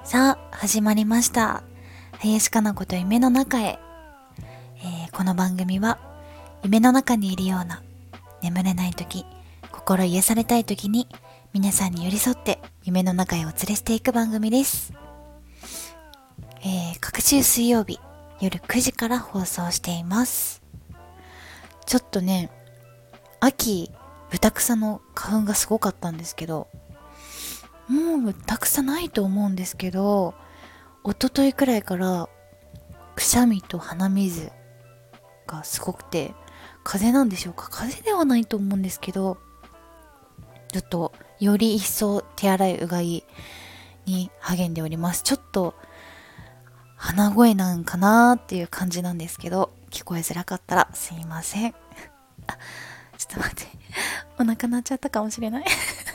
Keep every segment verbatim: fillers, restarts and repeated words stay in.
さあ始まりました。林かなこと夢の中へ、えー、この番組は夢の中にいるような、眠れない時、心癒されたい時に皆さんに寄り添って夢の中へお連れしていく番組です。えー、各週水曜日夜くじから放送しています。ちょっとね、秋豚草の花粉がすごかったんですけど、もう豚草ないと思うんですけど、一昨日くらいからくしゃみと鼻水がすごくて、風邪なんでしょうか。風邪ではないと思うんですけど、ちょっとより一層手洗いうがいに励んでおります。ちょっと鼻声なんかなーっていう感じなんですけど、聞こえづらかったらすいません。あ、ちょっと待って、お腹鳴っちゃったかもしれない。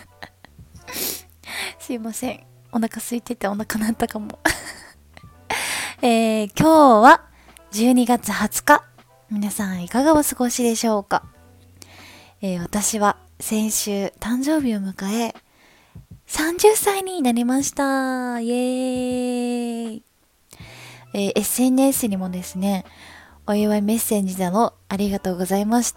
すいません、お腹空いててお腹鳴ったかも。えー、今日はじゅうにがつはつか、皆さんいかがお過ごしでしょうか。えー、私は先週誕生日を迎えさんじゅっさいになりました。イエーイ。えー、エスエヌエス にもですね、お祝いメッセージなどありがとうございました。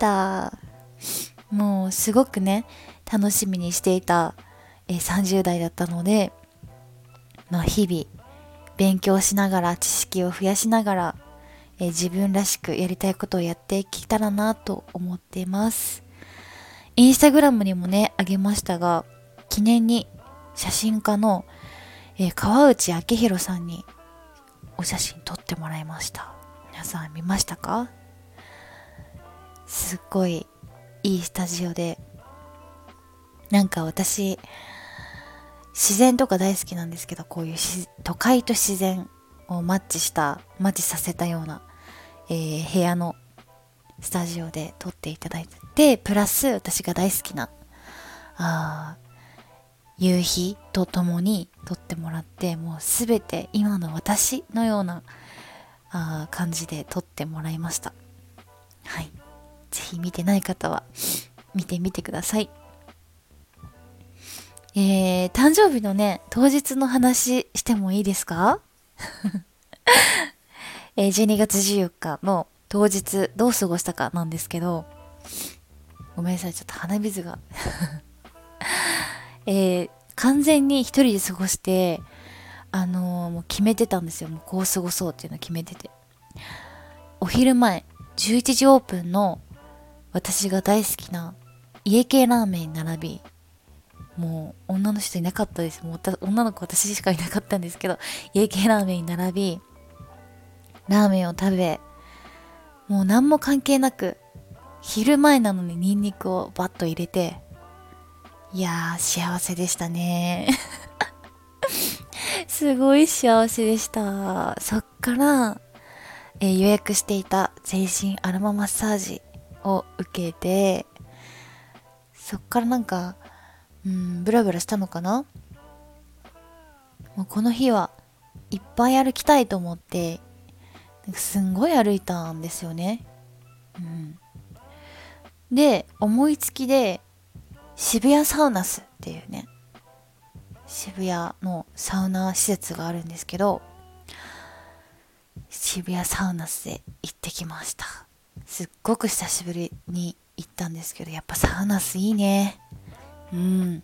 もうすごくね、楽しみにしていた、えー、さんじゅうだいだったので、まあ、日々勉強しながら、知識を増やしながら、えー、自分らしくやりたいことをやっていけたらなと思っています。インスタグラムにもね、あげましたが、記念に写真家の、えー、川内明弘さんにお写真撮ってもらいました。皆さん見ましたか？すっごいいいスタジオで、なんか私自然とか大好きなんですけど、こういう都会と自然をマッチしたマッチさせたような、えー、部屋のスタジオで撮っていただいて、プラス私が大好きなあ夕日とともに撮ってもらって、もうすべて今の私のようなあ感じで撮ってもらいました。はい、ぜひ見てない方は見てみてください。えー、誕生日のね、当日の話してもいいですか？えー、じゅうにがつじゅうよっかの当日どう過ごしたかなんですけど、ごめんなさい、ちょっと鼻水が、えー、完全に一人で過ごして、あのー、もう決めてたんですよ。もうこう過ごそうっていうのを決めてて、お昼前じゅういちじオープンの私が大好きな家系ラーメンに並び、もう女の人いなかったです。もう女の子私しかいなかったんですけど、家系ラーメンに並び、ラーメンを食べ、もう何も関係なく、昼前なのにニンニクをバッと入れて、いやー幸せでしたね。すごい幸せでした。そっから、えー予約していた全身アロママッサージを受けて、そっからなんか、うん、ブラブラしたのかな。もうこの日はいっぱい歩きたいと思って、すんごい歩いたんですよね。うん、で、思いつきで渋谷サウナスっていうね、渋谷のサウナ施設があるんですけど、渋谷サウナスで行ってきました。すっごく久しぶりに行ったんですけど、やっぱサウナスいいね。うん。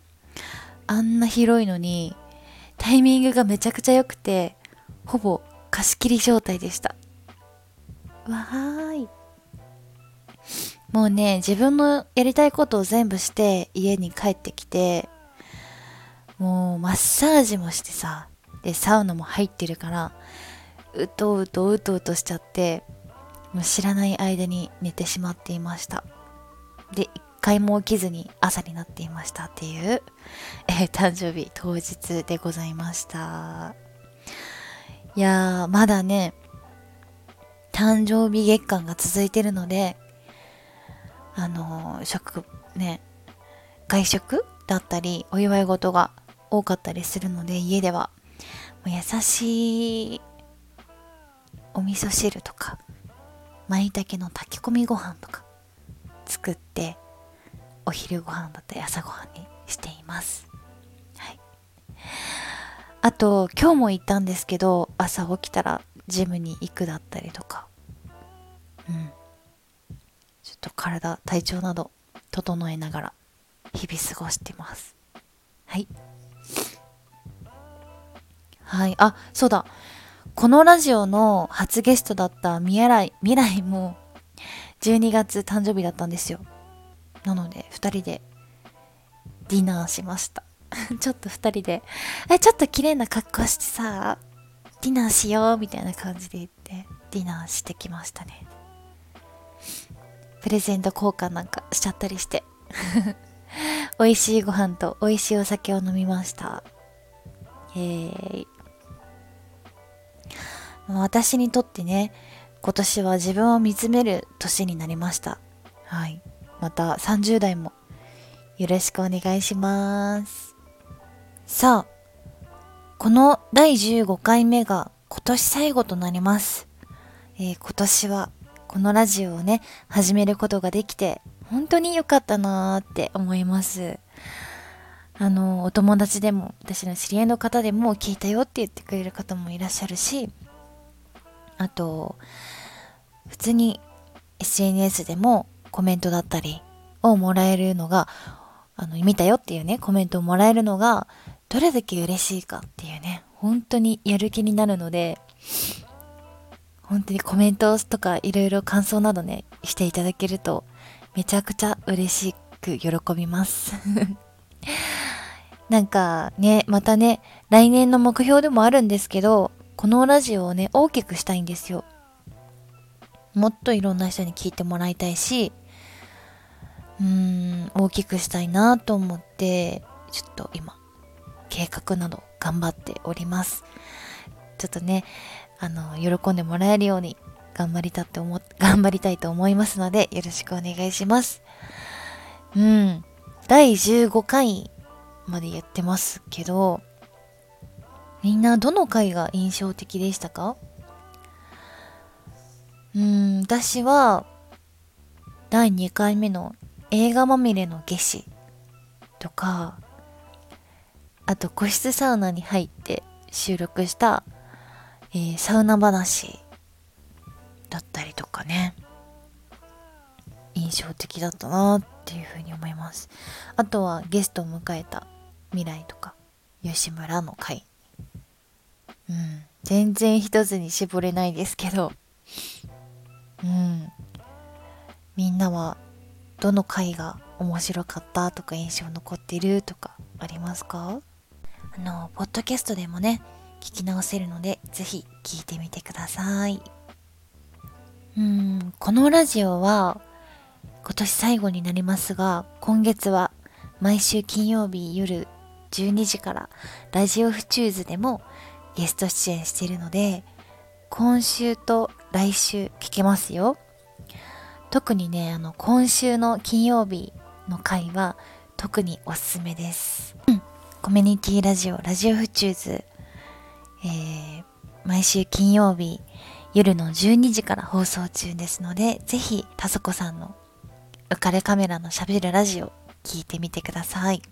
あんな広いのにタイミングがめちゃくちゃ良くて、ほぼ貸し切り状態でした。わーい。もうね、自分のやりたいことを全部して家に帰ってきて、もうマッサージもしてさ、でサウナも入ってるから、うとうとうとうとしちゃって、もう知らない間に寝てしまっていました。で、一回も起きずに朝になっていましたっていう、えー誕生日当日でございました。いやー、まだね、誕生日月間が続いてるので、あのー食、ね、外食だったり、お祝い事が多かったりするので、家では、もう優しいお味噌汁とか、舞茸の炊き込みご飯とか作って、お昼ご飯だったり朝ご飯にしています。はい。 あと今日も言ったんですけど、朝起きたらジムに行くだったりとか、うんちょっと体体調など整えながら日々過ごしてます。はいはい。あ、そうだ、このラジオの初ゲストだった未来未来もじゅうにがつ誕生日だったんですよ。なのでふたりでディナーしましたちょっとふたりでえちょっと綺麗な格好してさディナーしようみたいな感じで言ってディナーしてきましたね。プレゼント交換なんかしちゃったりして美味しいご飯と美味しいお酒を飲みました。イエーイ。私にとってね、今年は自分を見つめる年になりました。はい。またさんじゅう代もよろしくお願いします。さあ、このだいじゅうごかいめが今年最後となります。えー、今年はこのラジオをね、始めることができて、本当に良かったなーって思います。あの、お友達でも、私の知り合いの方でも聞いたよって言ってくれる方もいらっしゃるし、あと、普通に エスエヌエス でもコメントだったりをもらえるのが、あの、見たよっていうね、コメントをもらえるのが、どれだけ嬉しいかっていうね、本当にやる気になるので、本当にコメントとかいろいろ感想などね、していただけると、めちゃくちゃ嬉しく喜びます。なんかね、またね、来年の目標でもあるんですけど、このラジオをね、大きくしたいんですよ。もっといろんな人に聞いてもらいたいし、うーん、大きくしたいなと思って、ちょっと今、計画など頑張っております。ちょっとね、あの、喜んでもらえるように頑張りたって思、頑張りたいと思いますので、よろしくお願いします。うん。だいじゅうごかいまでやってますけど、みんなどの回が印象的でしたか？うーん、私は、だいにかいめの映画まみれの夏至とか、あと個室サウナに入って収録した、えー、サウナ話だったりとかね、印象的だったなっていうふうに思います。あとはゲストを迎えた未来とか吉村の回、うん、全然一つに絞れないですけど、うん、みんなはどの回が面白かったとか印象残ってるとかありますか？あのポッドキャストでもね聞き直せるのでぜひ聞いてみてください。うーんこのラジオは今年最後になりますが、今月は毎週金曜日夜じゅうにじからラジオフチューズでもゲスト出演しているので、今週と来週聞けますよ。特にね、あの今週の金曜日の回は特におすすめです。うん、コミュニティラジオラジオフチューズ、えー、毎週金曜日夜のじゅうにじから放送中ですので、ぜひタソコさんの浮かれカメラのしゃべるラジオ聞いてみてください。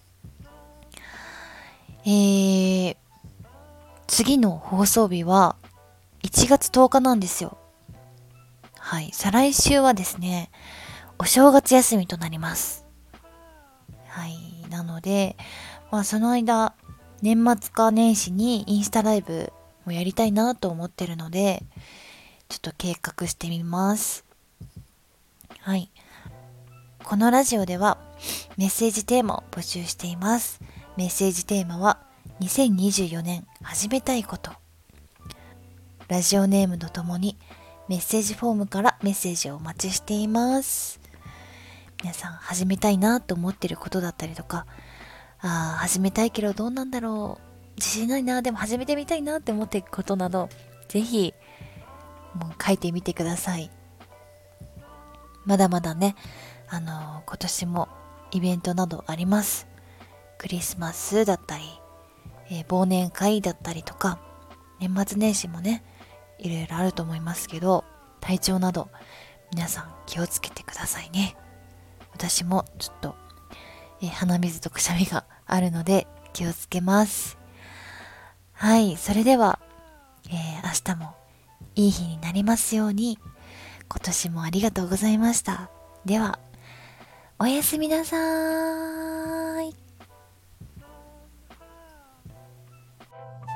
えー、次の放送日はいちがつとおかなんですよ。はい、再来週はですね、お正月休みとなります。はい、なので、まあその間、年末か年始にインスタライブもやりたいなと思ってるので、ちょっと計画してみます。はい。このラジオではメッセージテーマを募集しています。メッセージテーマはにせんにじゅうよねん始めたいこと。ラジオネームとともにメッセージフォームからメッセージをお待ちしています。皆さん始めたいなと思ってることだったりとか、あー始めたいけどどうなんだろう、自信ないな、でも始めてみたいなって思っていることなど、ぜひもう書いてみてください。まだまだね、あのー、今年もイベントなどあります。クリスマスだったり、えー、忘年会だったりとか、年末年始もね、いろいろあると思いますけど、体調など皆さん気をつけてくださいね。私もちょっと、えー、鼻水とくしゃみがあるので気をつけます。 はい、それでは、えー、明日もいい日になりますように。今年もありがとうございました。では、おやすみなさーい。